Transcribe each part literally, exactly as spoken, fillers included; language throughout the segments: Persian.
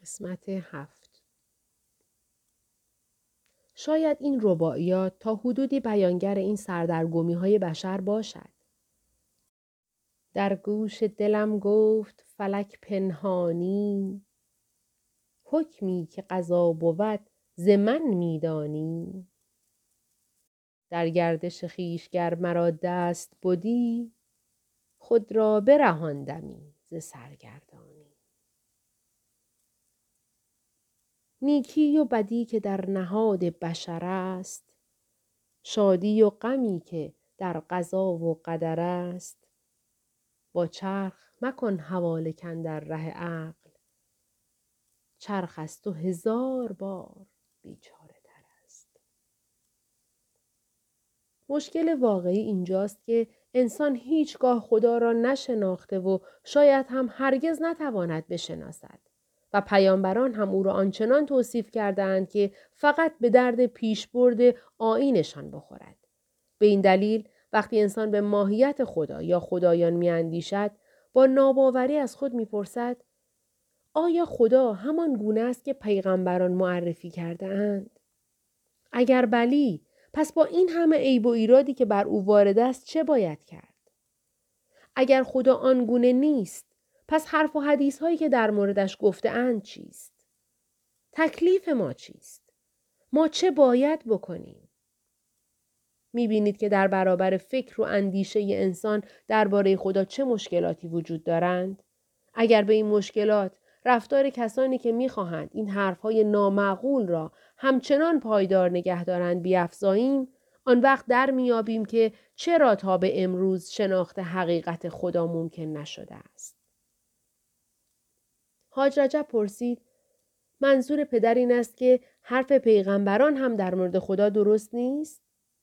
قسمت هفت. شاید این رباعیات تا حدودی بیانگر این سردرگمی های بشر باشد. در گوش دلم گفت فلک پنهانی، حکمی که قضا بود ز من می دانی. در گردش خویش گر مرا دست بدی، خود را برهاندمی ز سرگردانی. نیکی و بدی که در نهاد بشر است، شادی و غمی که در قضا و قدر است. با چرخ مکن حواله کاندر ره عقل، چرخ از تو هزار بار بیچاره تر است. مشکل واقعی اینجاست که انسان هیچگاه خدا را نشناخته و شاید هم هرگز نتواند بشناسد. و پیامبران هم او را آنچنان توصیف کردند که فقط به درد پیشبرد آیینشان بخورد. به این دلیل وقتی انسان به ماهیت خدا یا خدایان میاندیشد، با ناباوری از خود میپرسد: آیا خدا همان گونه است که پیغمبران معرفی کرده اند؟ اگر بلی، پس با این همه عیب و ایرادی که بر او وارد است چه باید کرد؟ اگر خدا آن گونه نیست، پس حرف و حدیث هایی که در موردش گفته اند چیست؟ تکلیف ما چیست؟ ما چه باید بکنیم؟ میبینید که در برابر فکر و اندیشه انسان درباره خدا چه مشکلاتی وجود دارند؟ اگر به این مشکلات رفتار کسانی که میخواهند این حرفهای نامعقول را همچنان پایدار نگه دارند بیفزاییم، آن وقت در میابیم که چرا تا به امروز شناخت حقیقت خدا ممکن نشده است. حاج رجب پرسید: منظور پدر این است که حرف پیغمبران هم در مورد خدا درست نیست؟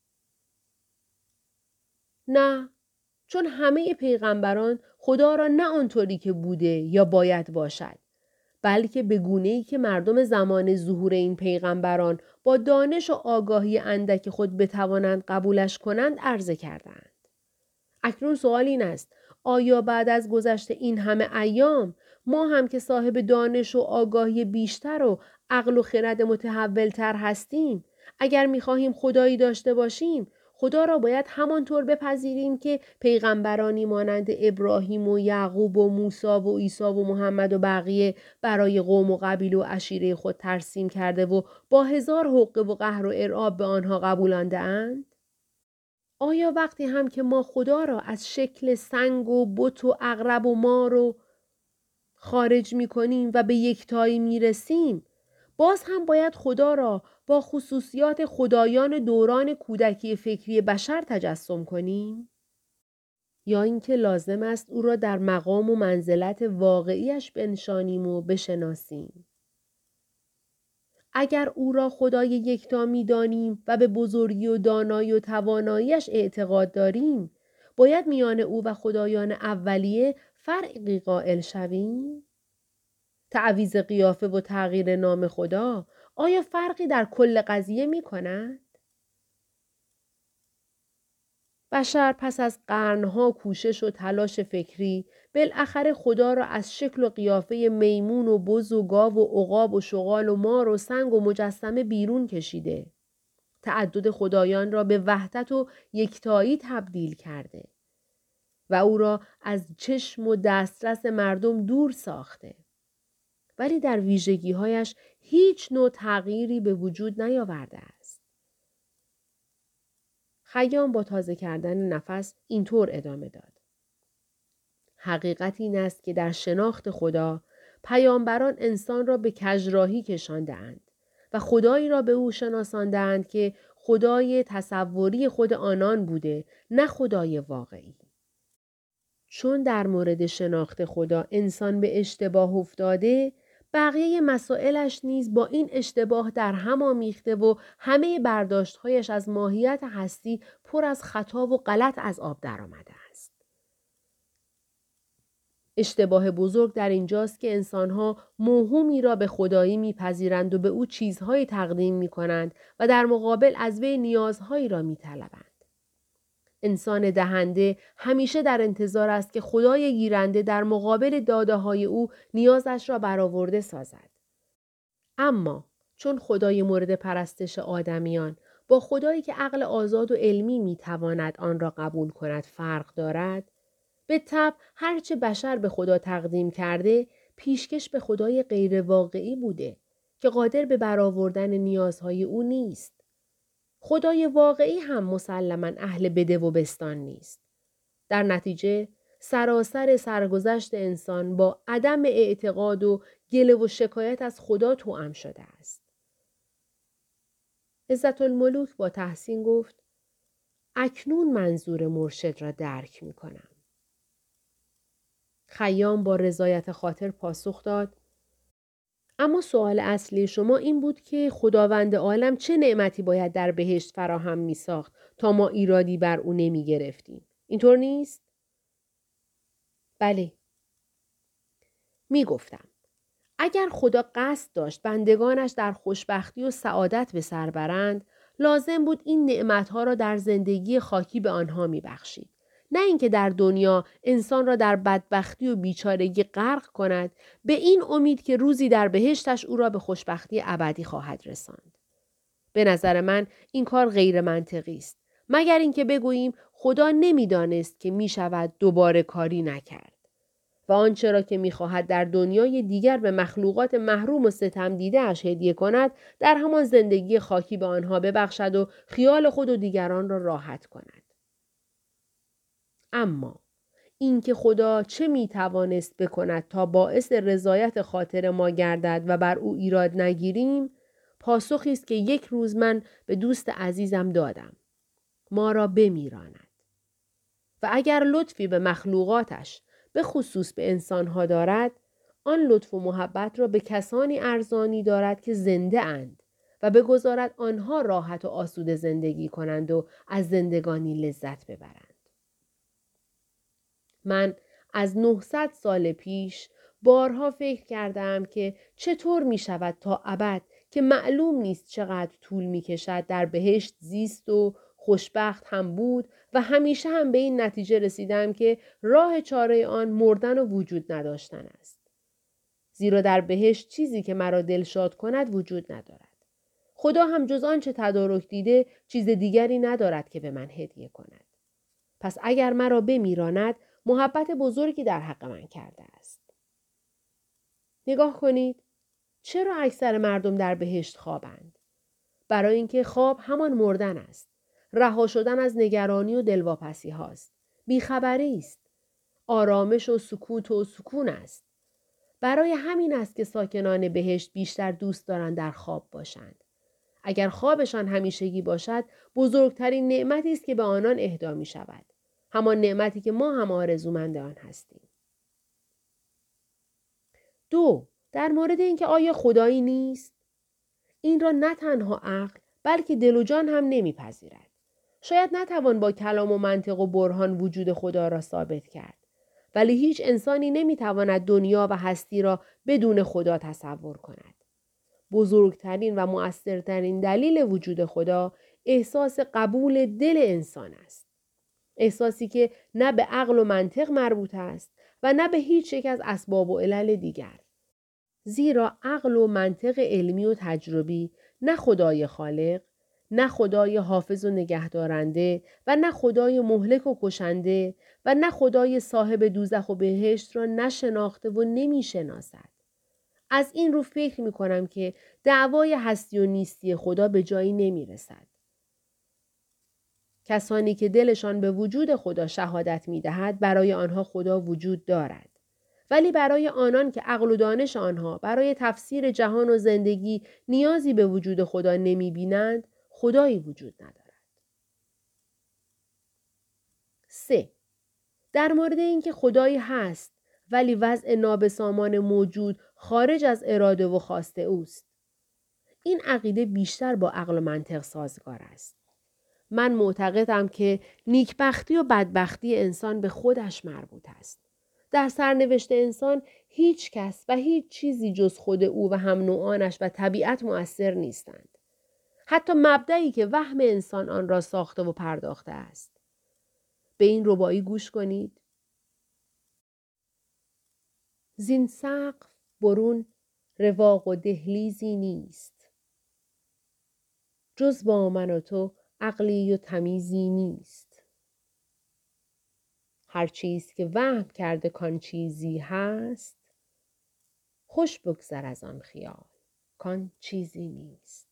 نه، چون همه پیغمبران خدا را نه آنطوری که بوده یا باید باشد، بلکه به گونه‌ای که مردم زمان ظهور این پیغمبران با دانش و آگاهی اندک خود بتوانند قبولش کنند عرضه کردند. اکنون سوال این است: آیا بعد از گذشت این همه ایام ما هم که صاحب دانش و آگاهی بیشتر و عقل و خرد متحولتر هستیم، اگر می‌خواهیم خدایی داشته باشیم، خدا را باید همانطور بپذیریم که پیغمبرانی مانند ابراهیم و یعقوب و موسی و عیسی و محمد و بقیه برای قوم و قبیله و عشیره خود ترسیم کرده و با هزار حقه و قهر و ارعاب به آنها قبولانده اند؟ آیا وقتی هم که ما خدا را از شکل سنگ و بت و عقرب و مار و خارج می کنیم و به یکتایی می رسیم، باز هم باید خدا را با خصوصیات خدایان دوران کودکی فکری بشر تجسم کنیم؟ یا اینکه لازم است او را در مقام و منزلت واقعیش بنشانیم و بشناسیم؟ اگر او را خدای یکتا می دانیم و به بزرگی و دانایی و تواناییش اعتقاد داریم، باید میان او و خدایان اولیه فرقی قائل شویم؟ تعویض قیافه و تغییر نام خدا آیا فرقی در کل قضیه می کند؟ بشر پس از قرنها کوشش و تلاش فکری بالاخره خدا را از شکل و قیافه میمون و بز و گاو و عقاب و شغال و مار و سنگ و مجسمه بیرون کشیده. تعدد خدایان را به وحدت و یکتایی تبدیل کرده و او را از چشم و دسترس مردم دور ساخته. ولی در ویژگی‌هایش هیچ نوع تغییری به وجود نیاورده است. خیام با تازه کردن نفس اینطور ادامه داد: حقیقت این است که در شناخت خدا پیامبران انسان را به کژراهی کشاندند و خدایی را به او شناساندند که خدای تصوری خود آنان بوده، نه خدای واقعی. چون در مورد شناخت خدا انسان به اشتباه افتاده، بقیه مسائلش نیز با این اشتباه در هم آمیخته و همه برداشت‌هایش از ماهیت هستی پر از خطا و غلط از آب درآمده است. اشتباه بزرگ در اینجاست که انسان‌ها موهومی را به خدایی می‌پذیرند و به او چیزهایی تقدیم می‌کنند و در مقابل از وی نیازهایی را می‌طلبند. انسان دهنده همیشه در انتظار است که خدای گیرنده در مقابل داده‌های او نیازش را برآورده سازد. اما چون خدای مورد پرستش آدمیان با خدایی که عقل آزاد و علمی میتواند آن را قبول کند فرق دارد، به طبع هرچه بشر به خدا تقدیم کرده پیشکش به خدای غیر واقعی بوده که قادر به برآوردن نیازهای او نیست. خدای واقعی هم مسلماً اهل بده و بستان نیست. در نتیجه سراسر سرگذشت انسان با عدم اعتقاد و گله و شکایت از خدا توأم شده است. عزت الملوک با تحسین گفت: اکنون منظور مرشد را درک می کنم. خیام با رضایت خاطر پاسخ داد: اما سوال اصلی شما این بود که خداوند عالم چه نعمتی باید در بهشت فراهم می ساخت تا ما ایرادی بر او نمی گرفتیم. اینطور نیست؟ بله. می گفتم اگر خدا قصد داشت بندگانش در خوشبختی و سعادت به سر برند، لازم بود این نعمتها را در زندگی خاکی به آنها می بخشید. نه اینکه در دنیا انسان را در بدبختی و بیچارگی غرق کند به این امید که روزی در بهشتش او را به خوشبختی ابدی خواهد رساند. به نظر من این کار غیر منطقی است. مگر اینکه بگوییم خدا نمیدانست که می شود دوباره کاری نکرد و آنچه را که می‌خواهد در دنیای دیگر به مخلوقات محروم و ستم دیده اش هدیه کند در همان زندگی خاکی به آنها ببخشد و خیال خود و دیگران را راحت کند. اما اینکه خدا چه می‌توانست بکند تا باعث رضایت خاطر ما گردد و بر او ایراد نگیریم، پاسخی است که یک روز من به دوست عزیزم دادم. ما را بمیراند. و اگر لطفی به مخلوقاتش به خصوص به انسانها دارد، آن لطف و محبت را به کسانی ارزانی دارد که زنده اند و بگذارد آنها راحت و آسوده زندگی کنند و از زندگانی لذت ببرند. من از نهصد سال پیش بارها فکر کردم که چطور می شود تا ابد که معلوم نیست چقدر طول می کشد در بهشت زیست و خوشبخت هم بود و همیشه هم به این نتیجه رسیدم که راه چاره آن مردن و وجود نداشتن است. زیرا در بهشت چیزی که مرا دلشاد کند وجود ندارد. خدا هم جز آنچه تدارک دیده چیز دیگری ندارد که به من هدیه کند. پس اگر مرا بمیراند محبت بزرگی در حق من کرده است. نگاه کنید، چرا اکثر مردم در بهشت خوابند؟ برای اینکه خواب همان مردن است. رها شدن از نگرانی و دلواپسی هاست. بیخبری است. آرامش و سکوت و سکون است. برای همین است که ساکنان بهشت بیشتر دوست دارند در خواب باشند. اگر خوابشان همیشگی باشد، بزرگترین نعمتی است که به آنان اهدا می شود. همان نعمتی که ما هم آرزومند آن هستیم. دو، در مورد اینکه آیا خدایی نیست؟ این را نه تنها عقل بلکه دل و جان هم نمیپذیرد. شاید نتوان با کلام و منطق و برهان وجود خدا را ثابت کرد. ولی هیچ انسانی نمیتواند دنیا و هستی را بدون خدا تصور کند. بزرگترین و مؤثرترین دلیل وجود خدا احساس قبول دل انسان است. احساسی که نه به عقل و منطق مربوط است و نه به هیچ یک از اسباب و علل دیگر. زیرا عقل و منطق علمی و تجربی نه خدای خالق، نه خدای حافظ و نگهدارنده و نه خدای مهلک و کشنده و نه خدای صاحب دوزخ و بهشت را نشناخته و نمی شناسد. از این رو فکر می کنم که دعوای هستی و نیستی خدا به جایی نمی رسد. کسانی که دلشان به وجود خدا شهادت می دهد برای آنها خدا وجود دارد. ولی برای آنان که عقل و دانش آنها برای تفسیر جهان و زندگی نیازی به وجود خدا نمی بینند، خدایی وجود ندارد. سه. در مورد اینکه خدایی هست ولی وضع نابسامان موجود خارج از اراده و خواست اوست. این عقیده بیشتر با عقل و منطق سازگار است. من معتقدم که نیکبختی و بدبختی انسان به خودش مربوط است. در سرنوشت انسان هیچ کس و هیچ چیزی جز خود او و هم نوعانش و طبیعت مؤثر نیستند. حتی مبدئی که وهم انسان آن را ساخته و پرداخته است. به این ربایی گوش کنید. زین سقف برون رواق و دهلیزی نیست. جز با من و تو عقلی و تمیزی نیست. هر چیز که وهم کرده کان چیزی هست، خوش بگذر از آن خیال کان چیزی نیست.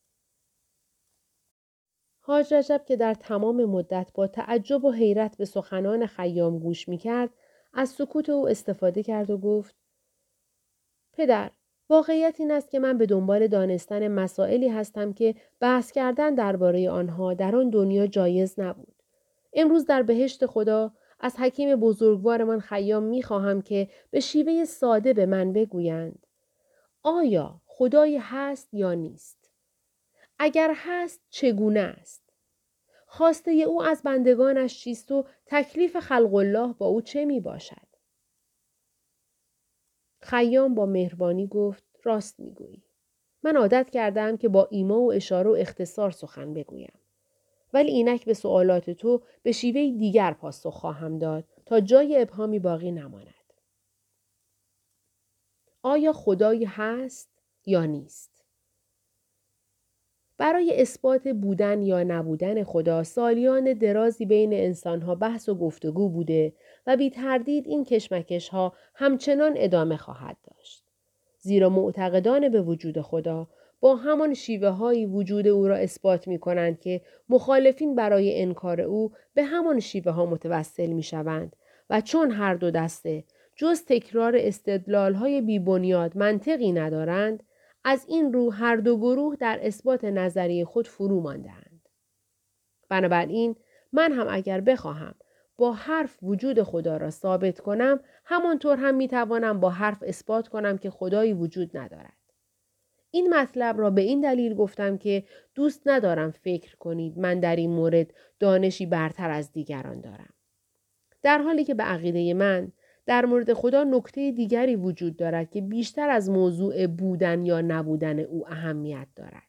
حاج رجب که در تمام مدت با تعجب و حیرت به سخنان خیام گوش می کرد، از سکوت او استفاده کرد و گفت: پدر، واقعیت این است که من به دنبال دانستن مسائلی هستم که بحث کردن درباره آنها در آن دنیا جایز نبود. امروز در بهشت خدا از حکیم بزرگوارمان خیام می خواهم که به شیوه ساده به من بگویند: آیا خدایی هست یا نیست؟ اگر هست چگونه است؟ خواسته او از بندگانش چیست و تکلیف خلق الله با او چه می باشد؟ خیام با مهربانی گفت: راست می گویی. من عادت کردم که با ایما و اشاره و اختصار سخن بگویم. ولی اینک به سوالات تو به شیوه دیگر پاسخ خواهم داد تا جای ابهامی باقی نماند. آیا خدایی هست یا نیست؟ برای اثبات بودن یا نبودن خدا سالیان درازی بین انسانها بحث و گفتگو بوده و بی تردید این کشمکش‌ها همچنان ادامه خواهد داشت. زیرا معتقدان به وجود خدا با همان شیوه هایی وجود او را اثبات می کنند که مخالفین برای انکار او به همان شیوه ها متوسل می شوند و چون هر دو دسته جز تکرار استدلال های بی بنیاد منطقی ندارند، از این رو هر دو گروه در اثبات نظریه خود فرو مانده‌اند. بنابراین من هم اگر بخواهم با حرف وجود خدا را ثابت کنم، همانطور هم میتوانم با حرف اثبات کنم که خدایی وجود ندارد. این مطلب را به این دلیل گفتم که دوست ندارم فکر کنید من در این مورد دانشی برتر از دیگران دارم. در حالی که به عقیده من در مورد خدا نکته دیگری وجود دارد که بیشتر از موضوع بودن یا نبودن او اهمیت دارد.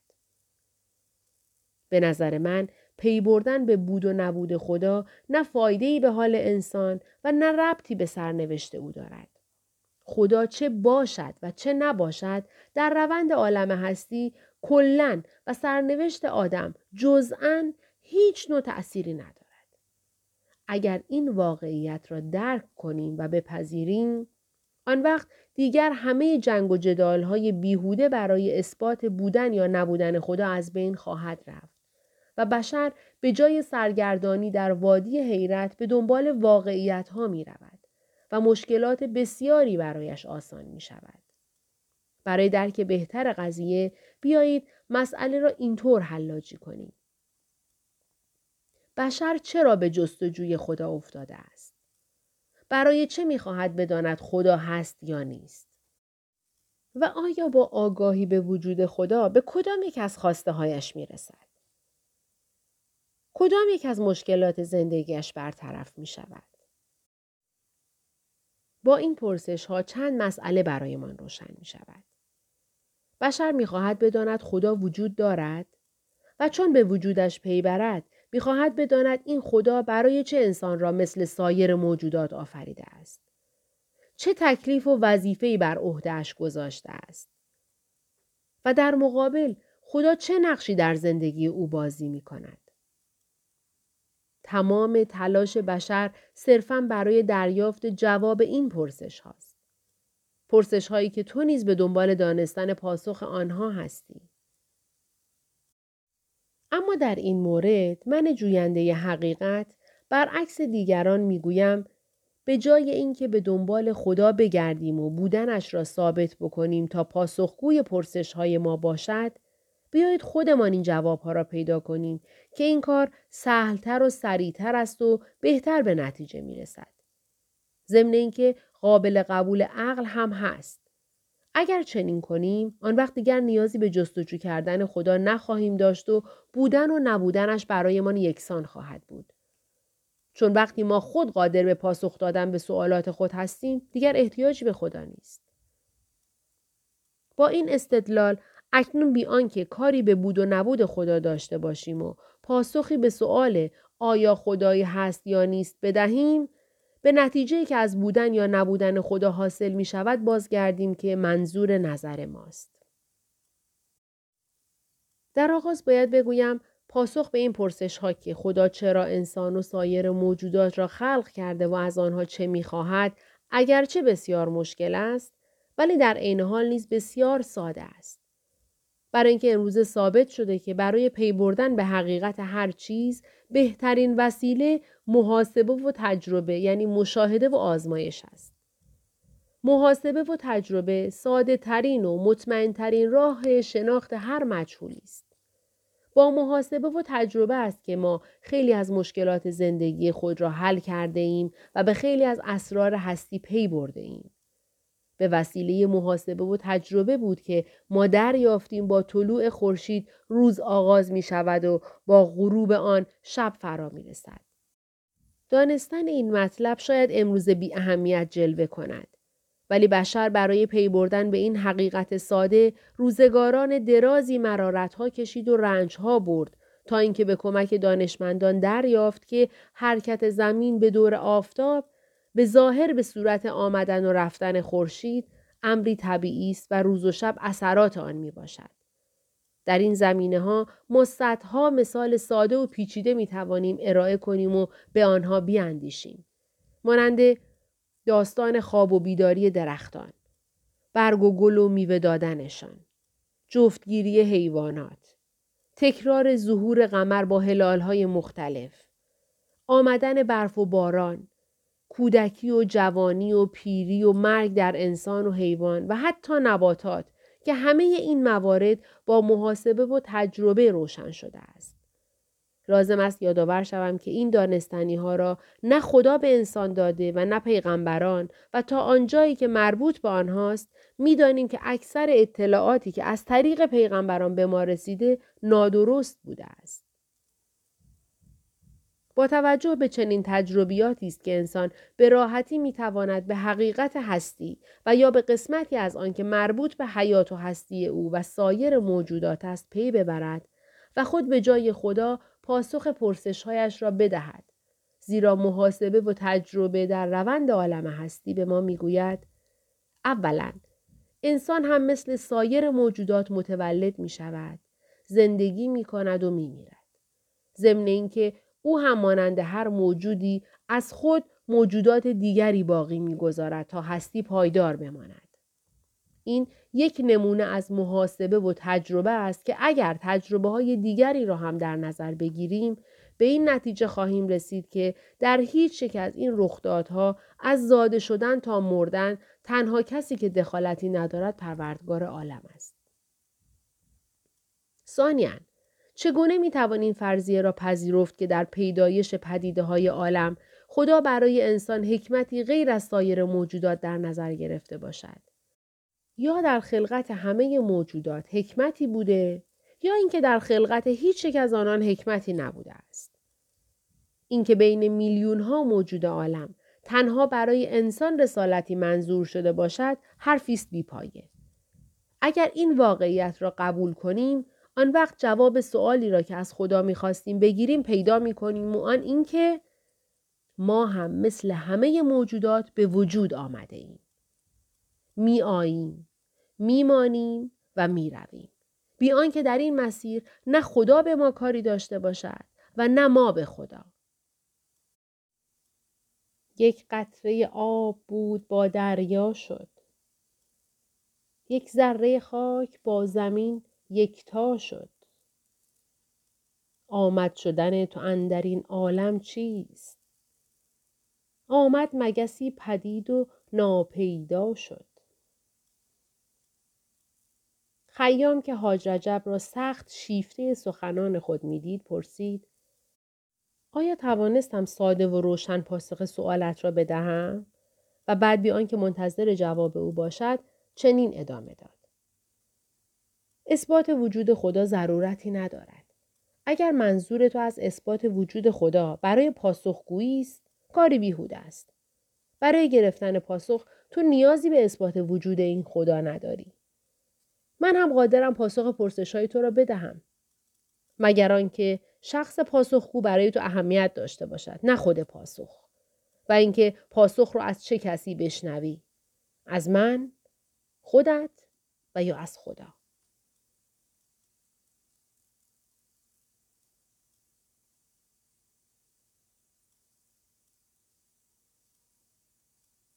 به نظر من پی بردن به بود و نبود خدا نه فایده‌ای به حال انسان و نه ربطی به سرنوشت او دارد. خدا چه باشد و چه نباشد در روند عالم هستی کلاً و سرنوشت آدم جزءاً هیچ نوع تأثیری ندارد. اگر این واقعیت را درک کنیم و بپذیریم، آن وقت دیگر همه جنگ و جدال‌های بیهوده برای اثبات بودن یا نبودن خدا از بین خواهد رفت و بشر به جای سرگردانی در وادی حیرت به دنبال واقعیت‌ها می رود و مشکلات بسیاری برایش آسان می شود. برای درک بهتر قضیه بیایید مسئله را اینطور حلاجی کنیم. بشر چرا به جستجوی خدا افتاده است؟ برای چه می خواهد بداند خدا هست یا نیست؟ و آیا با آگاهی به وجود خدا به کدام یک از خواسته هایش می رسد؟ کدام یک از مشکلات زندگیش برطرف می شود؟ با این پرسش ها چند مسئله برای من روشن می شود. بشر می خواهد بداند خدا وجود دارد و چون به وجودش پی برد می خواهد بداند این خدا برای چه انسان را مثل سایر موجودات آفریده است. چه تکلیف و وظیفه‌ای بر عهده‌اش گذاشته است. و در مقابل خدا چه نقشی در زندگی او بازی می کند. تمام تلاش بشر صرفاً برای دریافت جواب این پرسش هاست. پرسش هایی که تو نیز به دنبال دانستن پاسخ آنها هستی. اما در این مورد من جوینده حقیقت برعکس دیگران میگویم به جای اینکه به دنبال خدا بگردیم و بودنش را ثابت بکنیم تا پاسخگوی پرسش های ما باشد، بیایید خودمان این جوابها را پیدا کنیم که این کار سهلتر و سریعتر است و بهتر به نتیجه می رسد. ضمن اینکه قابل قبول عقل هم هست. اگر چنین کنیم، آن وقت دیگر نیازی به جستجو کردن خدا نخواهیم داشت و بودن و نبودنش برایمان یکسان خواهد بود. چون وقتی ما خود قادر به پاسخ دادن به سوالات خود هستیم، دیگر احتیاجی به خدا نیست. با این استدلال اکنون بی آنکه کاری به بود و نبود خدا داشته باشیم و پاسخی به سؤال آیا خدایی هست یا نیست بدهیم، به نتیجه‌ای که از بودن یا نبودن خدا حاصل می شود بازگردیم که منظور نظر ماست. در آغاز باید بگویم پاسخ به این پرسش ها که خدا چرا انسان و سایر موجودات را خلق کرده و از آنها چه می خواهد اگرچه بسیار مشکل است ولی در عین حال نیز بسیار ساده است. برای اینکه امروزه ثابت شده که برای پی بردن به حقیقت هر چیز بهترین وسیله محاسبه و تجربه یعنی مشاهده و آزمایش است. محاسبه و تجربه ساده ترین و مطمئن ترین راه شناخت هر مجهولی است. با محاسبه و تجربه است که ما خیلی از مشکلات زندگی خود را حل کرده ایم و به خیلی از اسرار هستی پی برده ایم. به وسیله محاسبه و تجربه بود که ما دریافتیم با طلوع خورشید روز آغاز می شود و با غروب آن شب فرا می رسد. دانستن این مطلب شاید امروز بی اهمیت جلوه کند. ولی بشر برای پی بردن به این حقیقت ساده روزگاران درازی مرارت‌ها کشید و رنج‌ها برد تا اینکه به کمک دانشمندان دریافت که حرکت زمین به دور آفتاب به ظاهر به صورت آمدن و رفتن خورشید امری طبیعی است و روز و شب اثرات آن می باشد. در این زمینه‌ها ما صدها مثال ساده و پیچیده می توانیم ارائه کنیم و به آنها بیاندیشیم. مانند داستان خواب و بیداری درختان، برگ و گل و میوه دادنشان، جفتگیری حیوانات، تکرار ظهور قمر با هلال‌های مختلف، آمدن برف و باران، کودکی و جوانی و پیری و مرگ در انسان و حیوان و حتی نباتات که همه این موارد با محاسبه و تجربه روشن شده است. لازم است یادآور شوم که این دانستنی ها را نه خدا به انسان داده و نه پیغمبران و تا آنجایی که مربوط به آنهاست می‌دانیم که اکثر اطلاعاتی که از طریق پیغمبران به ما رسیده نادرست بوده است. با توجه به چنین تجربیاتی است که انسان به راحتی می‌تواند به حقیقت هستی و یا به قسمتی از آن که مربوط به حیات و هستی او و سایر موجودات است پی ببرد و خود به جای خدا پاسخ پرسش‌هایش را بدهد. زیرا محاسبه و تجربه در روند عالم هستی به ما میگوید اولاً انسان هم مثل سایر موجودات متولد می شود، زندگی می کند و می میرد. ضمن اینکه او هم مانند هر موجودی از خود موجودات دیگری باقی می گذارد تا هستی پایدار بماند. این یک نمونه از محاسبه و تجربه است که اگر تجربه های دیگری را هم در نظر بگیریم به این نتیجه خواهیم رسید که در هیچ یک از این رخدادها از زاده شدن تا مردن تنها کسی که دخالتی ندارد پروردگار عالم است. ثانیاً چگونه می توان این فرضیه را پذیرفت که در پیدایش پدیده های عالم خدا برای انسان حکمتی غیر از سایر موجودات در نظر گرفته باشد؟ یا در خلقت همه موجودات حکمتی بوده یا اینکه در خلقت هیچ یک از آنان حکمتی نبوده است. اینکه بین میلیون ها موجود عالم تنها برای انسان رسالتی منظور شده باشد حرفی است بی پایه. اگر این واقعیت را قبول کنیم آن وقت جواب سؤالی را که از خدا می‌خواستیم بگیریم پیدا می‌کنیم و آن اینکه ما هم مثل همه موجودات به وجود آمده ایم. می آییم، می مانیم و می رویم. بی آنکه در این مسیر نه خدا به ما کاری داشته باشد و نه ما به خدا. یک قطره آب بود با دریا شد. یک ذره خاک با زمین یکتا شد. آمد شدن تو اندر این عالم چیست؟ آمد مگسی پدید و ناپیدا شد. خیام که حاج رجب را سخت شیفته سخنان خود میدید پرسید آیا توانستم ساده و روشن پاسخ سوالت را بدهم؟ و بعد بی آنکه منتظر جواب او باشد چنین ادامه داد. اثبات وجود خدا ضرورتی ندارد. اگر منظور تو از اثبات وجود خدا برای پاسخگویی است، کاری بیهوده است. برای گرفتن پاسخ تو نیازی به اثبات وجود این خدا نداری. من هم قادرم پاسخ پرسش‌های تو را بدهم. مگر آنکه شخص پاسخگو برای تو اهمیت داشته باشد، نه خود پاسخ. و اینکه پاسخ رو از چه کسی بشنوی؟ از من، خودت و یا از خدا؟